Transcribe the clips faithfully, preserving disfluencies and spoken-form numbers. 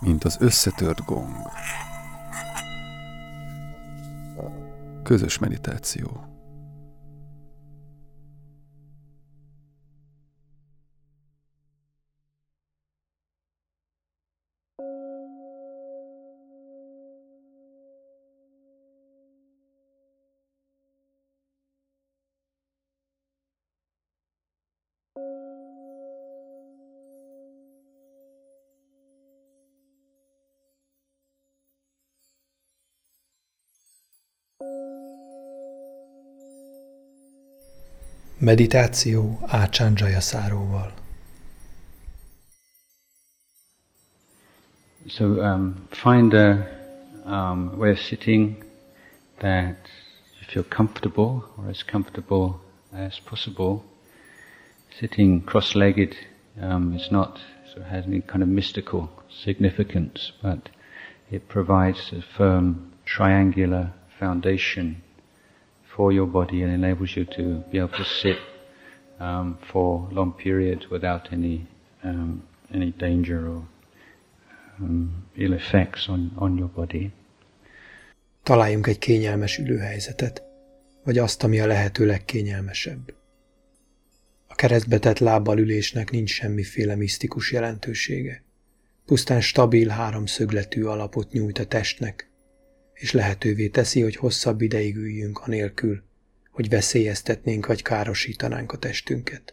mint az összetört gong. Közös meditáció. Meditáció Ácsán Jayaszáróval. So um, find a um, way of sitting that you feel comfortable, or as comfortable as possible. Sitting cross-legged um, is not so it has any kind of mystical significance, but it provides a firm triangular foundation for your body and enables you to be able to sit um, for long periods without any um, any danger or um, ill effects on, on your body. Találjunk egy kényelmes ülőhelyzetet, vagy azt, ami a lehető legkényelmesebb. A keresztbe tett lábbal ülésnek nincs semmiféle misztikus jelentősége. Pusztán stabil háromszögletű alapot nyújt a testnek, és lehetővé teszi, hogy hosszabb ideig üljünk anélkül, hogy veszélyeztetnénk vagy károsítanánk a testünket.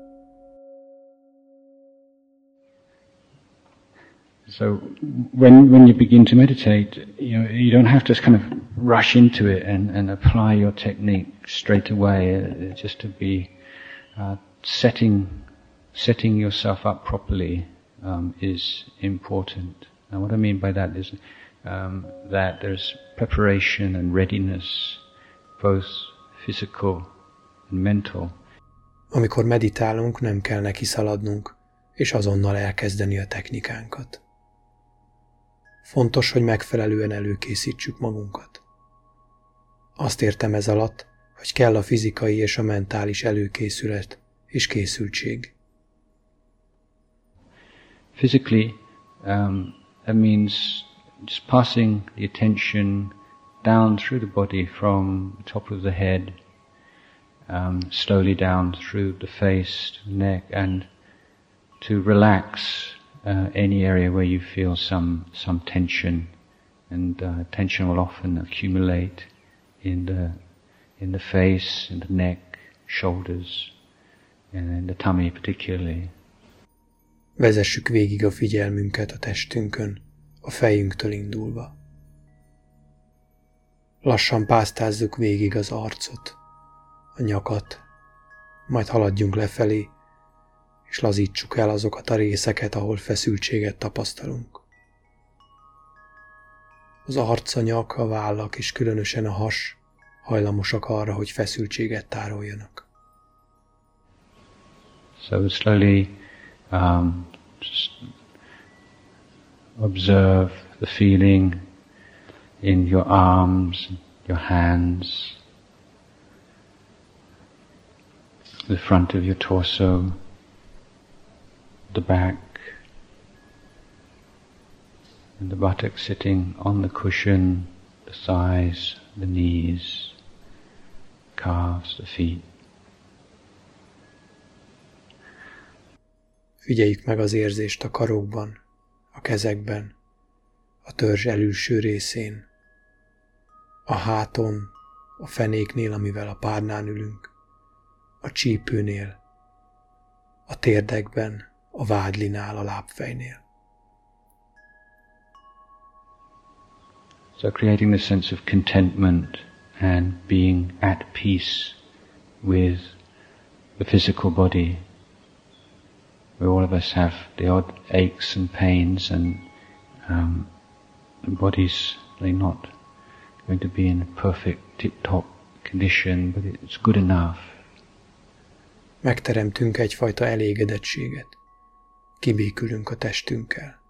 So when when you begin to meditate, you know, you don't have to kind of rush into it and, and apply your technique straight away. Uh, just to be uh, setting setting yourself up properly um, is important. Now, what I mean by that is um, that there's preparation and readiness, both physical and mental. Amikor meditálunk, nem kell neki szaladnunk, és azonnal elkezdeni a technikánkat. Fontos, hogy megfelelően előkészítsük magunkat. Azt értem ez alatt, hogy kell a fizikai és a mentális előkészület és készültség. Physically, um, that means just passing the attention down through the body from the top of the head, um, slowly down through the face, to the neck, and to relax uh, any area where you feel some some tension, and uh, tension will often accumulate in the in the face, in the neck, shoulders, and in the tummy particularly. Vezessük végig a figyelmünket a testünkön, a fejünktől indulva. Lassan pásztázzuk végig az arcot, a nyakat, majd haladjunk lefelé, és lazítsuk el azokat a részeket, ahol feszültséget tapasztalunk. Az arc, a nyak, a vállak és különösen a has hajlamosak arra, hogy feszültséget tároljanak. So slowly um, just observe the feeling in your arms, your hands, the front of your torso, the back, and the buttocks sitting on the cushion, the thighs, the knees, calves, the feet. Figyeljük meg az érzést a karokban, a kezekben, a törzs elülső részén, a háton, a fenéknél, amivel a párnán ülünk, a csípőnél, a térdekben, a vádlinál, a lábfejnél. So creating the sense of contentment and being at peace with the physical body, where all of us have the odd aches and pains, and um, the body's really not going to be in a perfect tip-top condition, but it's good enough. Megteremtünk egyfajta elégedettséget. Kibékülünk a testünkkel.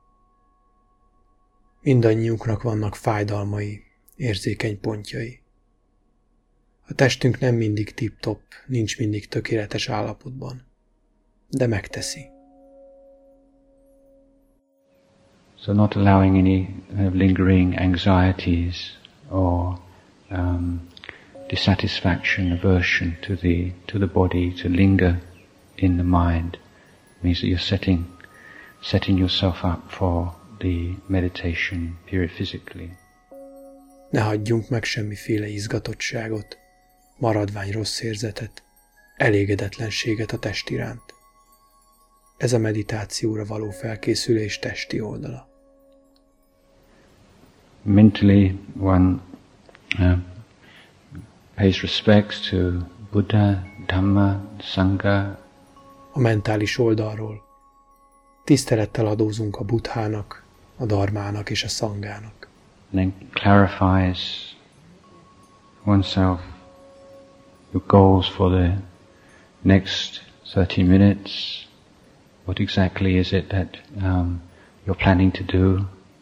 Mindannyiunknak vannak fájdalmai, érzékeny pontjai. A testünk nem mindig tip-top, nincs mindig tökéletes állapotban, de megteszi. So not allowing any kind of lingering anxieties or um, dissatisfaction, aversion to the to the body to linger in the mind means that you're setting setting yourself up for the meditation period physically. Ne hagyjunk meg semmiféle izgatottságot, maradvány rossz érzetet, elégedetlenséget a test iránt. Ez a meditációra való felkészülés testi oldala. Mentally one uh, pays respects to Buddha, Dhamma, Sangha. A mentális oldalról tisztelettel adózunk a Buddhának, a Dharmának és a Szangának. And then clarifies oneself your goals for the next thirty minutes. What exactly is it that um, you're planning to do?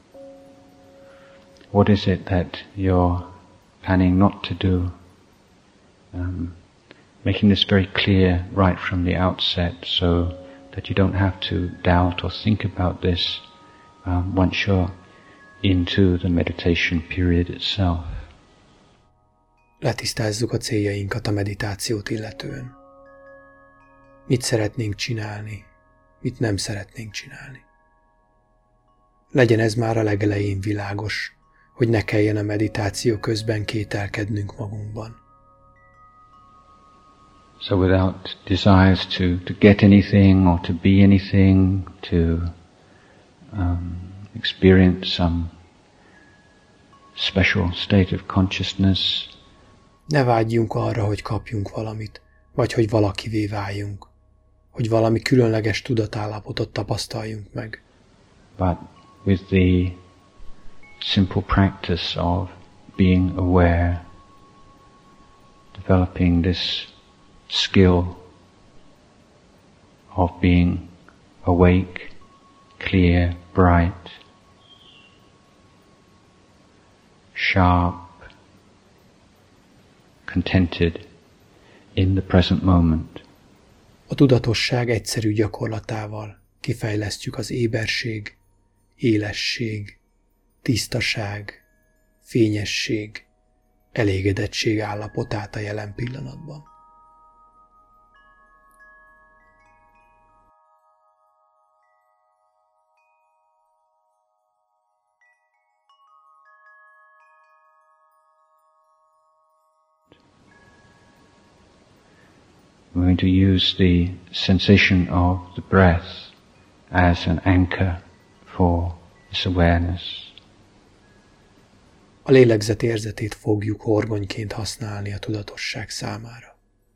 What is it that you're planning not to do? Um, making this very clear right from the outset so that you don't have to doubt or think about this um, once you're into the meditation period itself. Letisztázzuk a céljainkat a meditációt illetően. Mit szeretnénk csinálni, mit nem szeretnénk csinálni. Legyen ez már a legelején világos, hogy ne kelljen a meditáció közben kételkednünk magunkban. So without desires to, to get anything or to be anything, to um, experience some special state of consciousness. Ne vágyjunk arra, hogy kapjunk valamit, vagy hogy valakivé váljunk, hogy valami különleges tudatállapotot tapasztaljunk meg. But with the simple practice of being aware, developing this skill of being awake, clear, bright, sharp, contented in the present moment. A tudatosság egyszerű gyakorlatával kifejlesztjük az éberség, élesség, tisztaság, fényesség, elégedettség állapotát a jelen pillanatban. We're going to use the sensation of the breath as an anchor for this awareness. A lélegzet érzetét fogjuk horgonyként használni a tudatosság számára.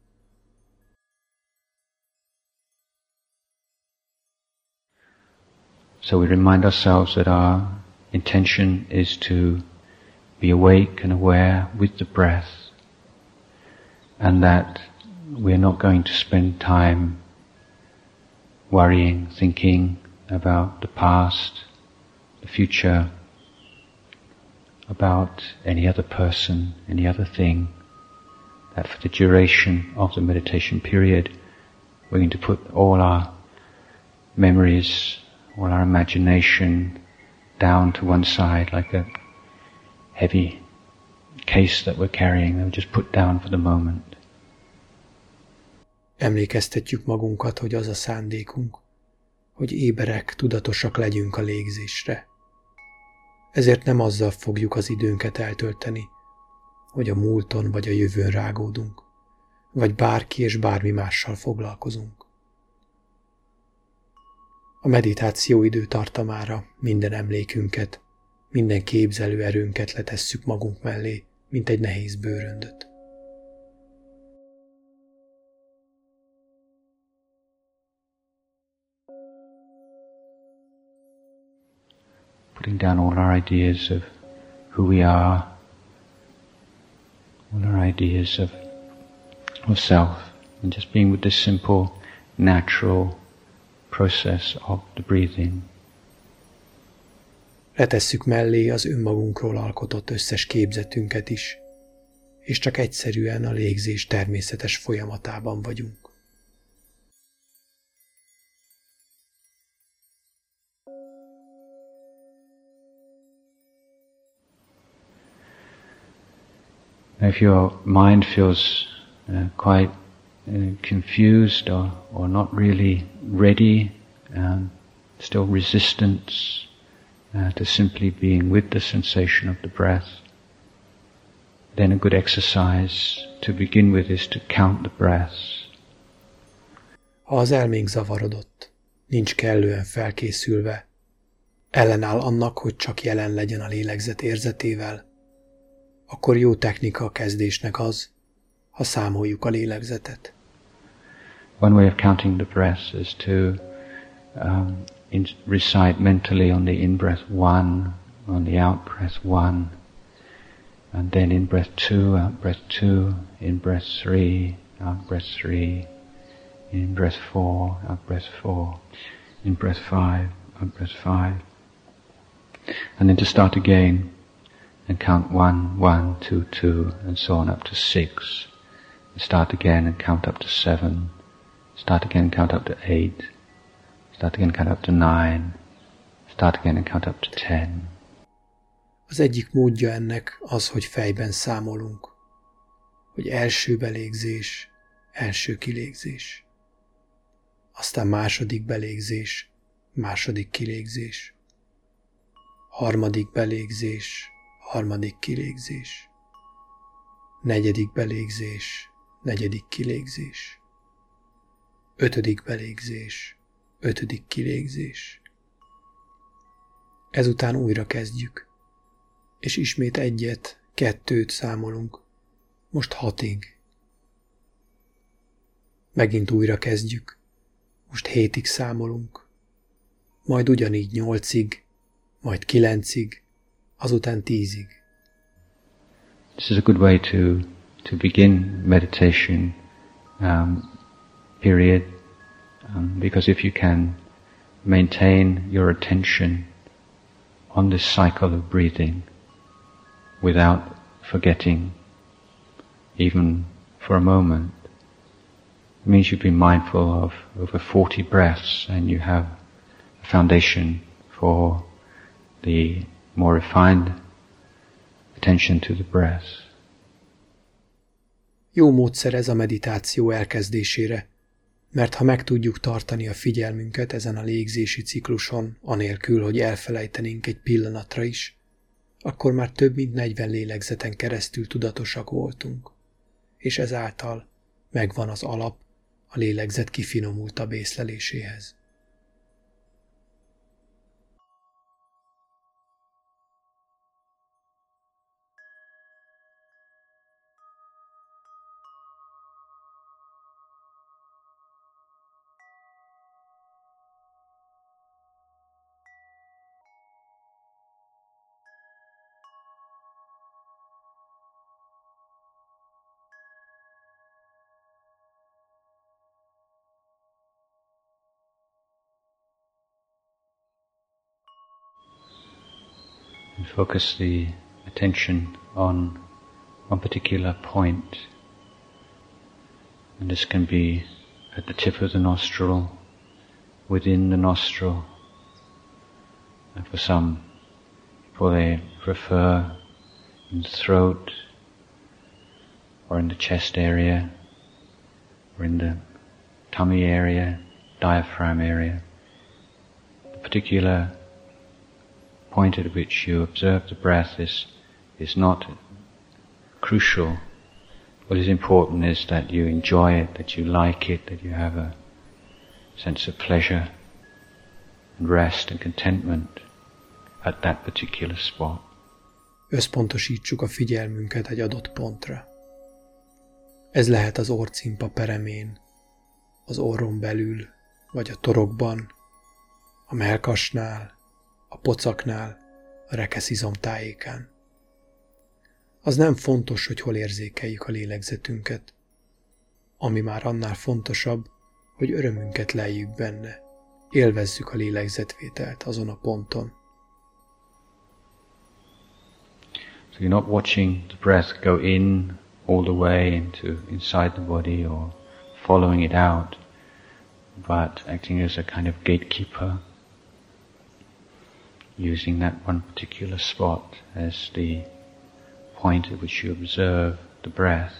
So we remind ourselves that our intention is to be awake and aware with the breath, and that we're not going to spend time worrying, thinking about the past, the future, about any other person, any other thing, that for the duration of the meditation period we're going to put all our memories, all our imagination down to one side like a heavy case that we're carrying, and just put down for the moment. Emlékeztetjük magunkat, hogy az a szándékunk, hogy éberek, tudatosak legyünk a légzésre. Ezért nem azzal fogjuk az időnket eltölteni, hogy a múlton vagy a jövőn rágódunk, vagy bárki és bármi mással foglalkozunk. A meditáció időtartamára minden emlékünket, minden képzelő erőnket letesszük magunk mellé, mint egy nehéz bőröndöt. Putting down all our ideas of who we are, all our ideas of, of self, and just being with this simple, natural process of the breathing. Letesszük mellé az önmagunkról alkotott összes képzetünket is, és csak egyszerűen a légzés természetes folyamatában vagyunk. If your mind feels uh, quite uh, confused or, or not really ready, um, still resistance uh, to simply being with the sensation of the breath, then a good exercise to begin with is to count the breaths. Ha az elménk zavarodott, nincs kellően felkészülve, ellenáll annak, hogy csak jelen legyen a lélegzet érzetével, akkor jó technika a kezdésnek az, ha számoljuk a lélegzetet. One way of counting the breaths is to um, in, recite mentally on the in-breath one, on the out-breath one, and then in-breath two, out-breath two, in-breath three, out-breath three, in-breath four, out-breath four, in-breath five, out-breath five. And then to start again and count one, one, two, two, and so on up to six. And start again and count up to seven. Start again and count up to eight. Start again and count up to nine. Start again and count up to ten. Az egyik módja ennek az, hogy fejben számolunk, hogy első belégzés, első kilégzés. Aztán második belégzés, második kilégzés. Harmadik belégzés, harmadik kilégzés. Negyedik belégzés, negyedik kilégzés. Ötödik belégzés, ötödik kilégzés. Ezután újra kezdjük, és ismét egyet, kettőt számolunk, most hatig. Megint újra kezdjük, most hétig számolunk, majd ugyanígy nyolcig, majd kilencig, azután tízig. This is a good way to to begin meditation um, period, um, because if you can maintain your attention on this cycle of breathing without forgetting even for a moment, it means you've been mindful of over forty breaths and you have a foundation for the more refined attention to the breath. Jó módszer ez a meditáció elkezdésére, mert ha meg tudjuk tartani a figyelmünket ezen a légzési cikluson, anélkül, hogy elfelejtenénk egy pillanatra is, akkor már több mint negyven lélegzeten keresztül tudatosak voltunk, és ezáltal megvan az alap a lélegzet kifinomultabb észleléséhez. And focus the attention on one particular point. And this can be at the tip of the nostril, within the nostril. And for some people they prefer in the throat, or in the chest area, or in the tummy area, diaphragm area. The particular point at which you observe the breath is is not crucial. What is important is that you enjoy it, that you like it, that you have a sense of pleasure and rest and contentment at that particular spot. Összpontosítsuk a figyelmünket egy adott pontra. Ez lehet az orrcimpa peremén, az orron belül, vagy a torokban, a mellkasnál, a pocaknál, a rekeszizom tájékán. Az nem fontos, hogy hol érzékeljük a lélegzetünket. Ami már annál fontosabb, hogy örömünket leljük benne. Élvezzük a lélegzetvételt azon a ponton. So you're not watching the breath go in all the way into inside the body or following it out, but acting as a kind of gatekeeper, using that one particular spot as the point at which you observe the breath,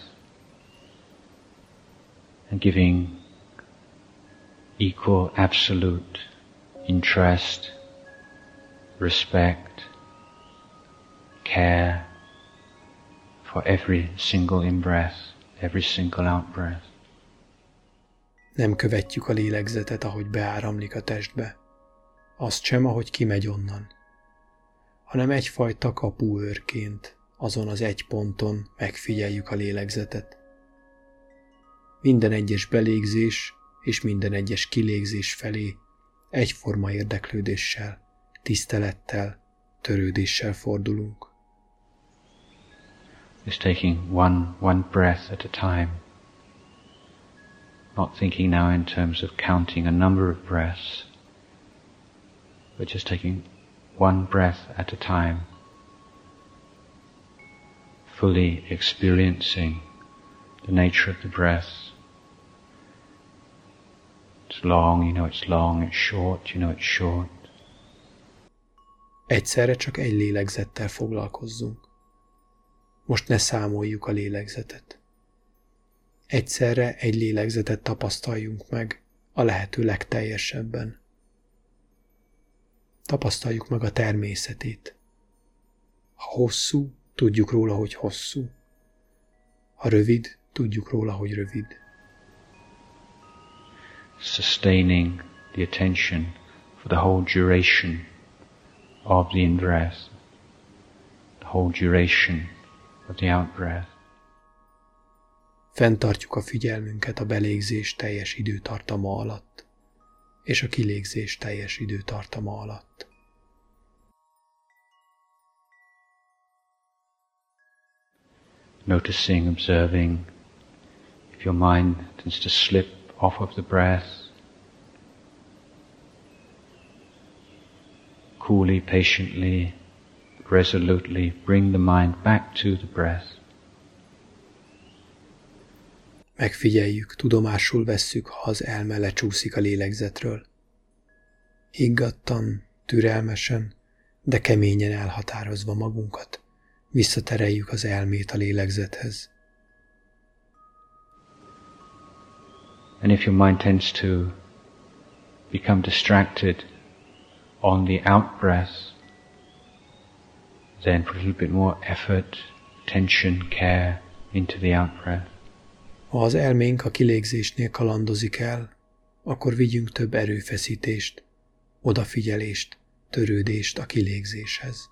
and giving equal, absolute interest, respect, care for every single in-breath, every single out-breath. Nem követjük a lélegzetet, ahogy beáramlik a testbe, azt sem, ahogy kimegy onnan, hanem egyfajta kapuőrként, azon az egy ponton megfigyeljük a lélegzetet. Minden egyes belégzés és minden egyes kilégzés felé egyforma érdeklődéssel, tisztelettel, törődéssel fordulunk. Just taking one, one breath at a time, not thinking now in terms of counting a number of breaths, but just taking one breath at a time, fully experiencing the nature of the breath. It's long, you know it's long, it's short, you know it's short. Egyszerre csak egy lélegzettel foglalkozzunk. Most ne számoljuk a lélegzetet. Egyszerre egy lélegzetet tapasztaljunk meg a lehető legteljesebben. Tapasztaljuk meg a természetét. Ha hosszú, tudjuk róla, hogy hosszú. Ha rövid, tudjuk róla, hogy rövid. Sustaining the attention for the whole duration of the in-breath, the whole duration of the out-breath. Fenntartjuk a figyelmünket a belégzés teljes időtartama alatt, és a kilégzés teljes időtartama alatt. Noticing, observing, if your mind tends to slip off of the breath, coolly, patiently, resolutely bring the mind back to the breath. Megfigyeljük, tudomásul vesszük, ha az elme lecsúszik a lélegzetről. Higgadtan, türelmesen, de keményen elhatározva magunkat, visszatereljük az elmét a lélegzethez. And if your mind tends to become distracted on the out-breath, then put a little bit more effort, attention, care into the out-breath. Ha az elménk a kilégzésnél kalandozik el, akkor vigyünk több erőfeszítést, odafigyelést, törődést a kilégzéshez.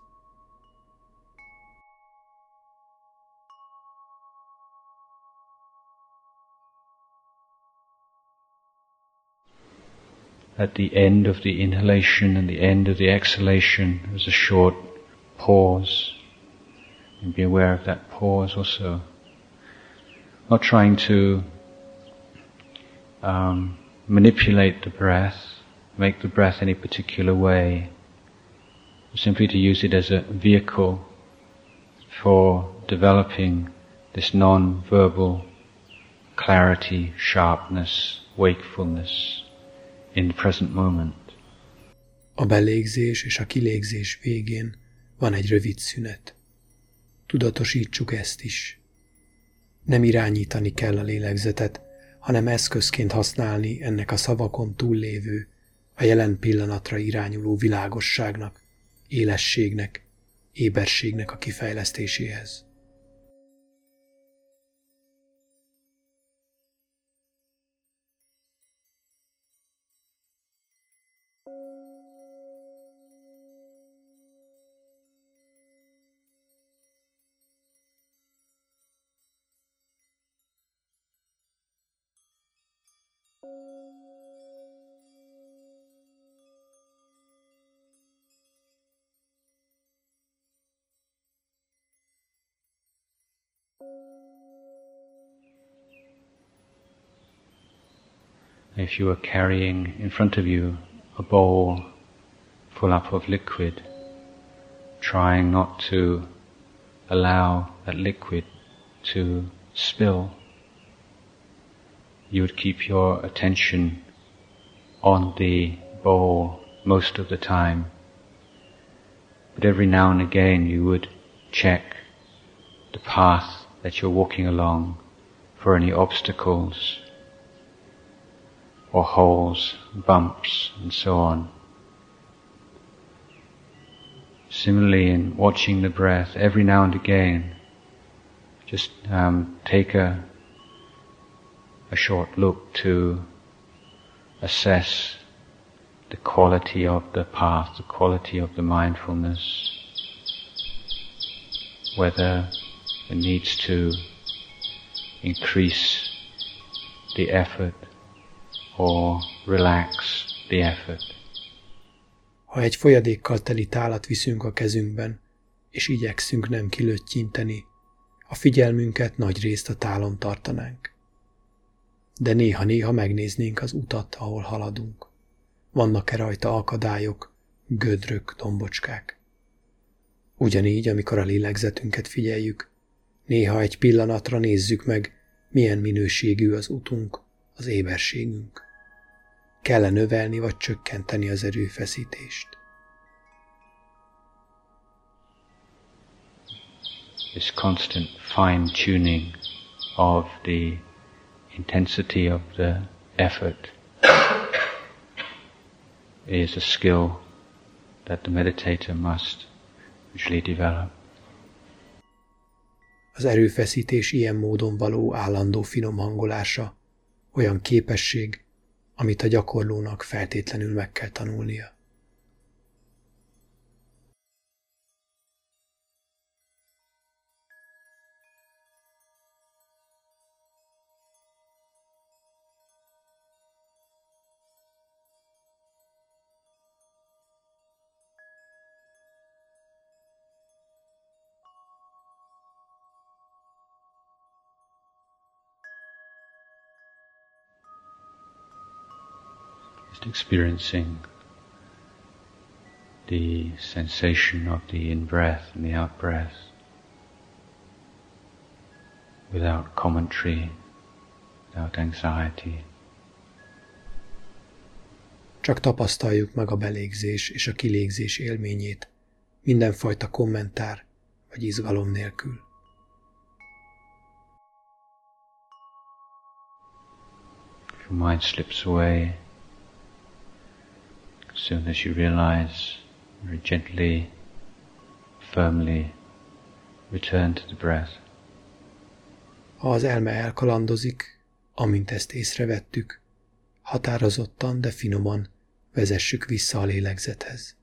At the end of the inhalation and the end of the exhalation, there's a short pause. And be aware of that pause also. Not trying to um, manipulate the breath, make the breath any particular way, simply to use it as a vehicle for developing this non-verbal clarity, sharpness, wakefulness in the present moment. A belégzés és a kilégzés végén van egy rövid szünet. Tudatosítsuk ezt is. Nem irányítani kell a lélegzetet, hanem eszközként használni ennek a szavakon túllévő, a jelen pillanatra irányuló világosságnak, élességnek, éberségnek a kifejlesztéséhez. If you are carrying in front of you a bowl full up of liquid, trying not to allow that liquid to spill, you would keep your attention on the bowl most of the time. But every now and again you would check the path that you're walking along for any obstacles or holes, bumps, and so on. Similarly, in watching the breath, every now and again, just um, take a, a short look to assess the quality of the path, the quality of the mindfulness, whether it needs to increase the effort or relax the effort. Ha egy folyadékkal teli tálat viszünk a kezünkben, és igyekszünk nem kilöttyinteni, a figyelmünket nagy részt a tálon tartanánk. De néha-néha megnéznénk az utat, ahol haladunk. Vannak-e rajta akadályok, gödrök, dombocskák? Ugyanígy, amikor a lélegzetünket figyeljük, néha egy pillanatra nézzük meg, milyen minőségű az utunk, az éberségünk. Kell-e növelni vagy csökkenteni az erőfeszítést? This constant fine-tuning of the intensity of the effort is a skill that the meditator must usually develop. Az erőfeszítés ilyen módon való állandó finom hangolása olyan képesség, amit a gyakorlónak feltétlenül meg kell tanulnia. Just experiencing the sensation of the in-breath and the out-breath without commentary, without anxiety. Csak tapasztaljuk meg a belégzés és a kilégzés élményét, mindenfajta kommentár vagy izgalom nélkül. If your mind slips away, as soon as you realize, very gently, firmly return to the breath. Ha az elme elkalandozik, amint ezt észrevettük, határozottan, de finoman vezessük vissza a lélegzethez.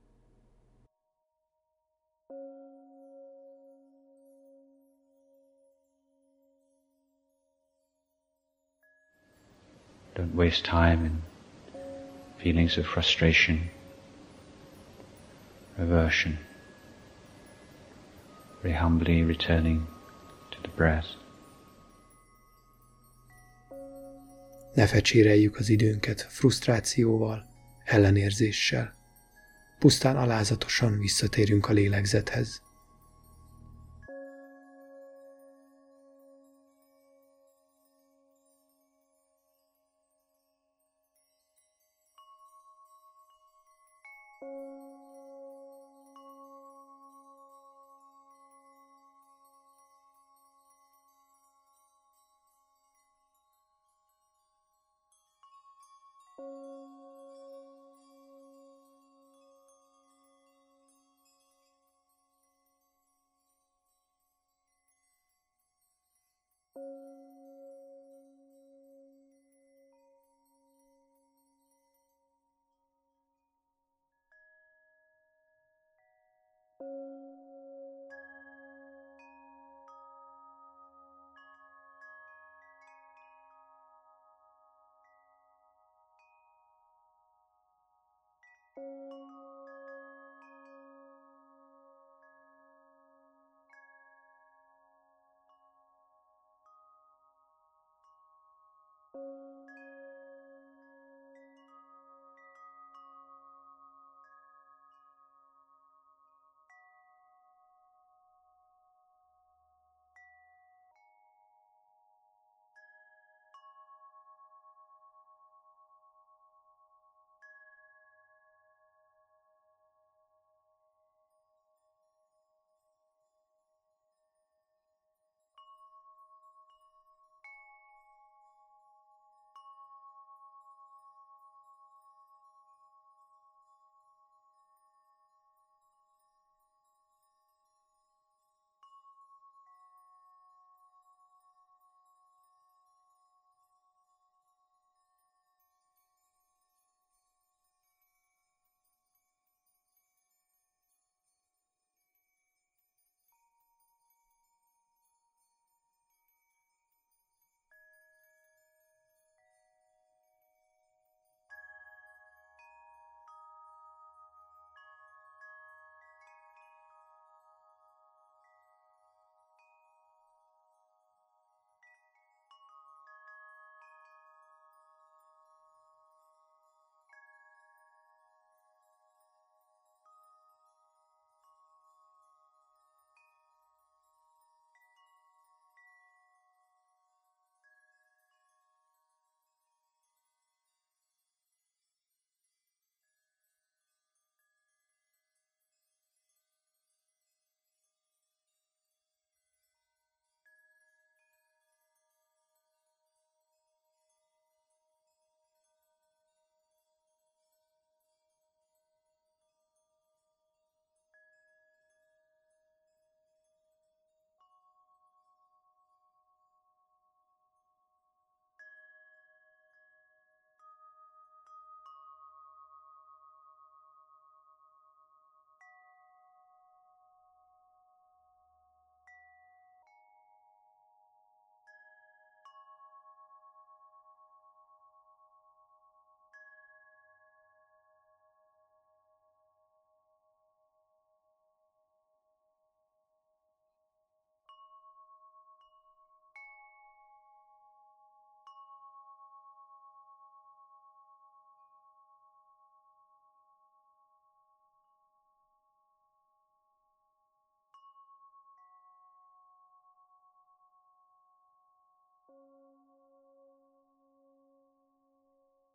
Don't waste time in feelings of frustration, aversion. Very humbly returning to the breath. Ne fecséreljük az időnket frusztrációval, ellenérzéssel. Pusztán alázatosan visszatérünk a lélegzethez.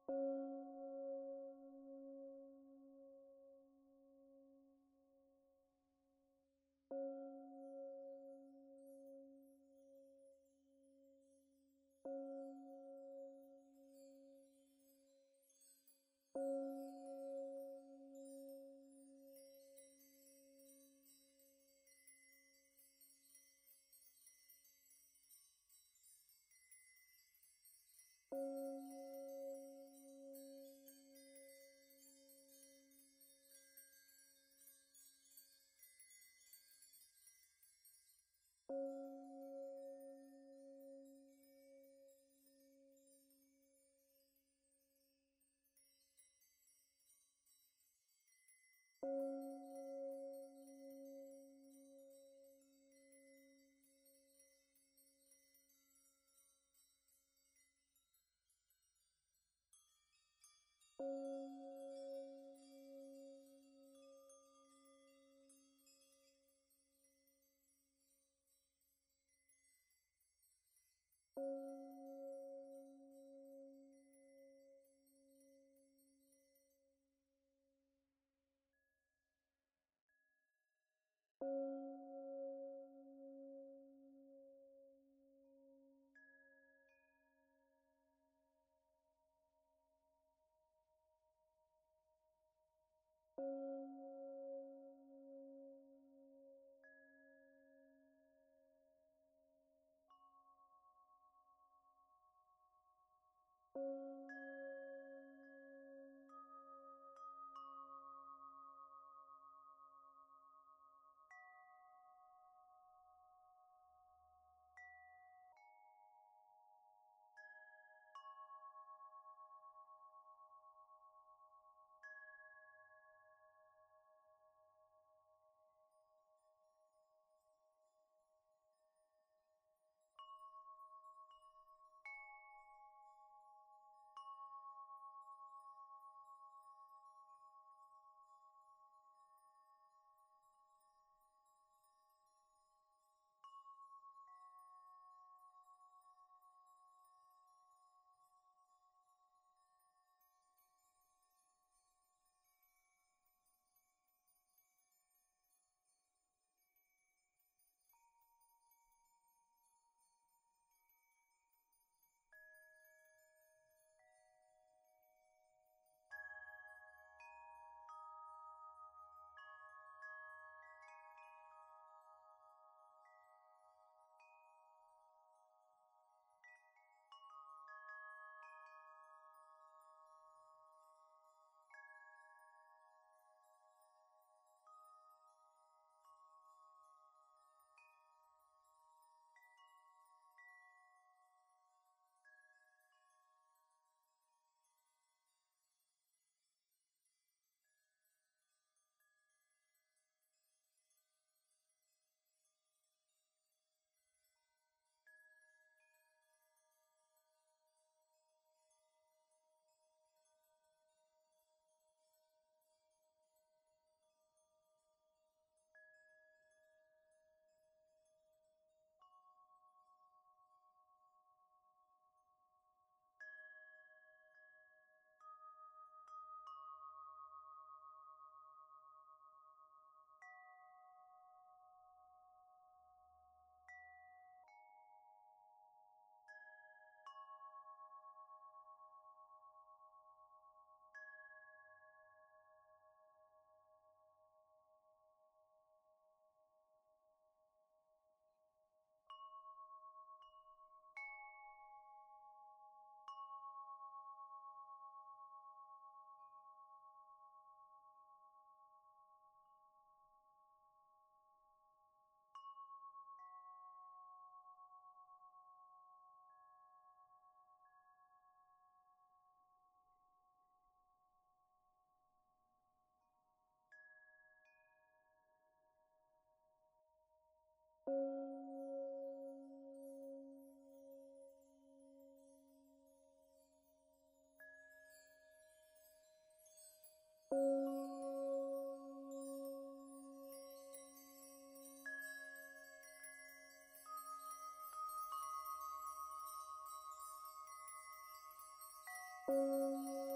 Música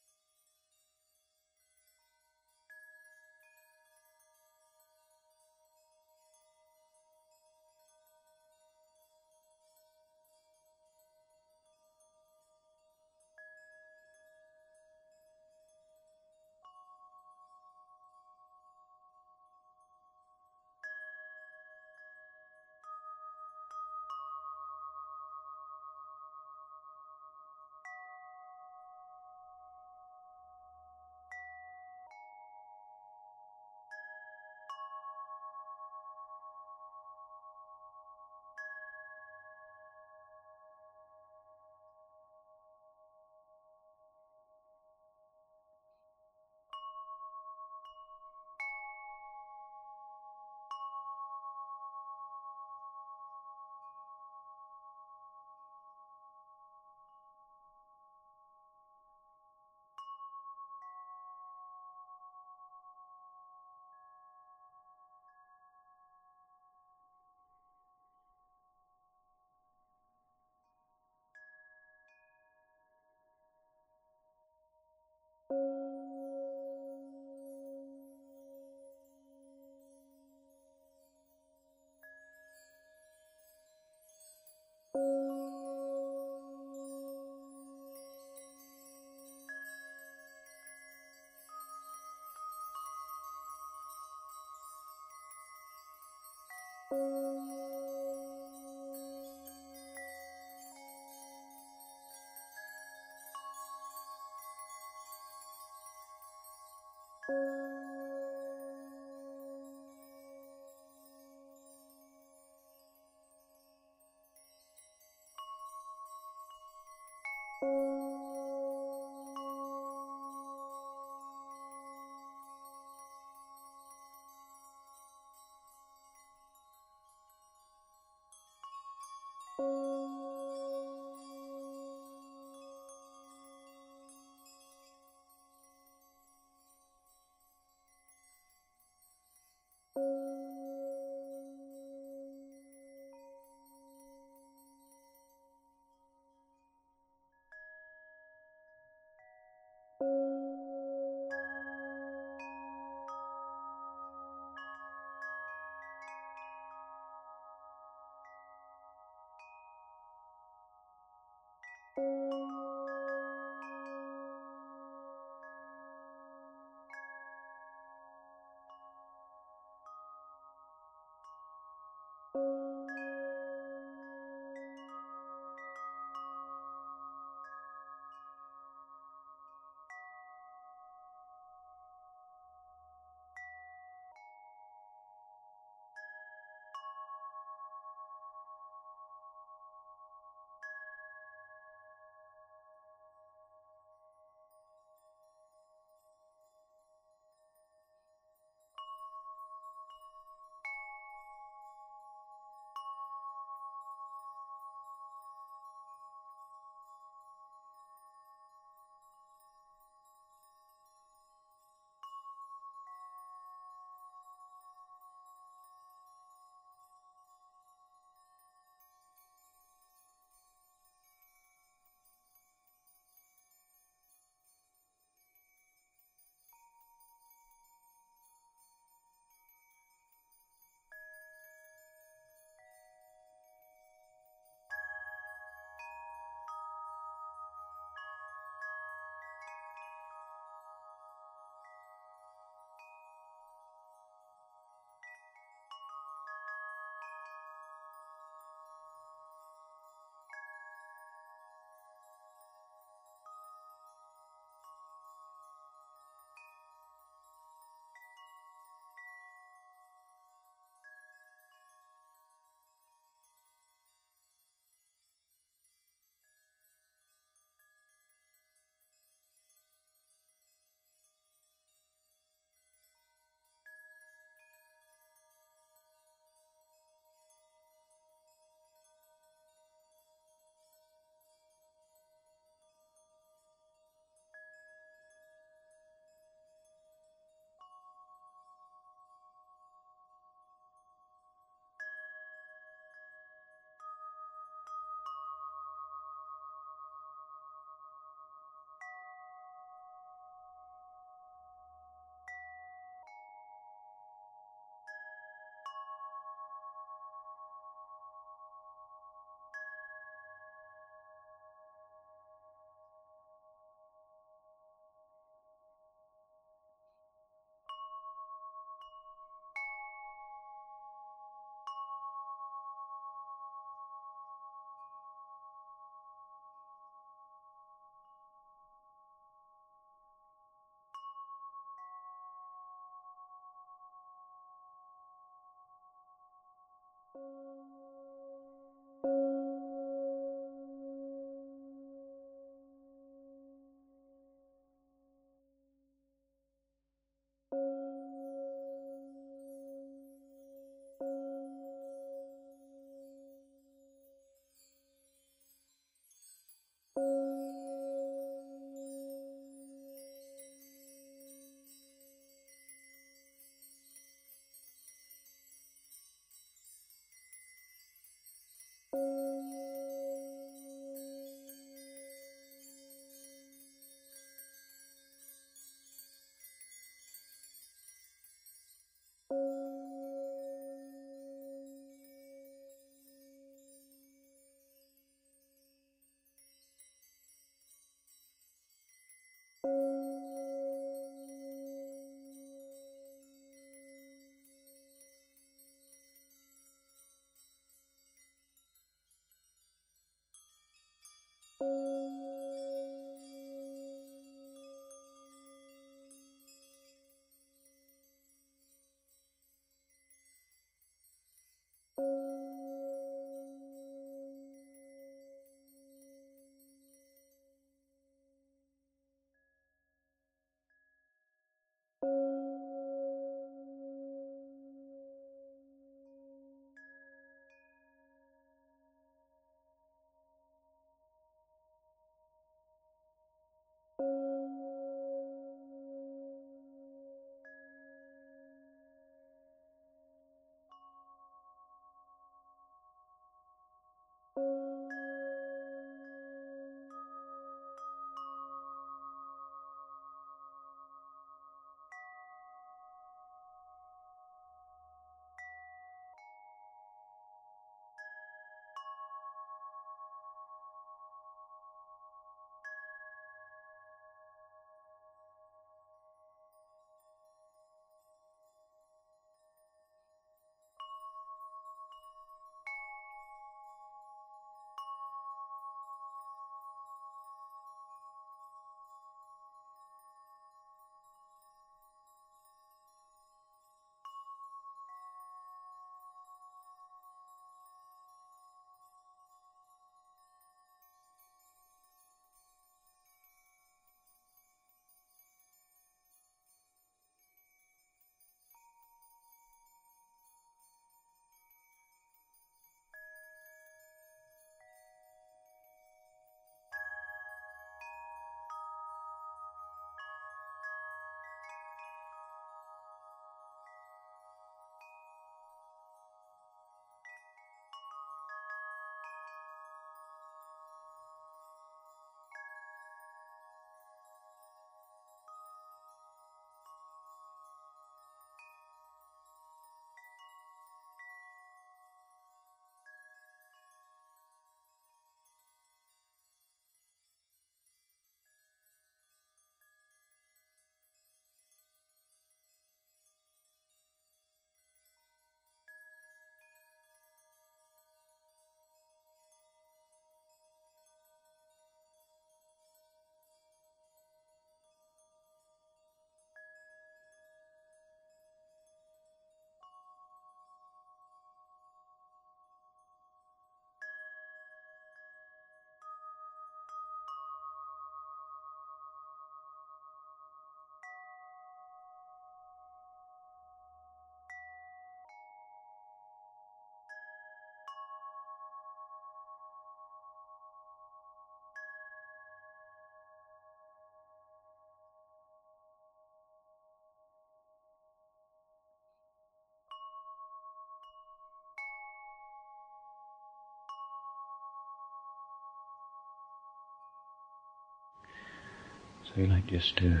So you like just to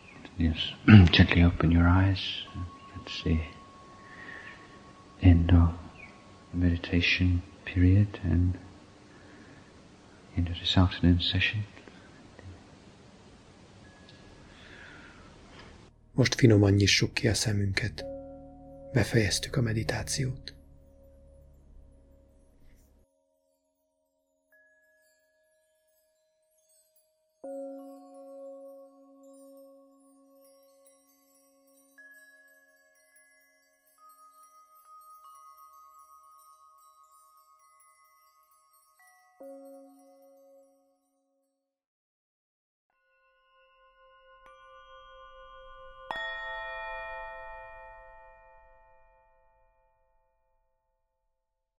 just gently open your eyes. That's the end of the meditation period and into this afternoon session. Most finoman nyissuk ki a szemünket. Befejeztük a meditációt.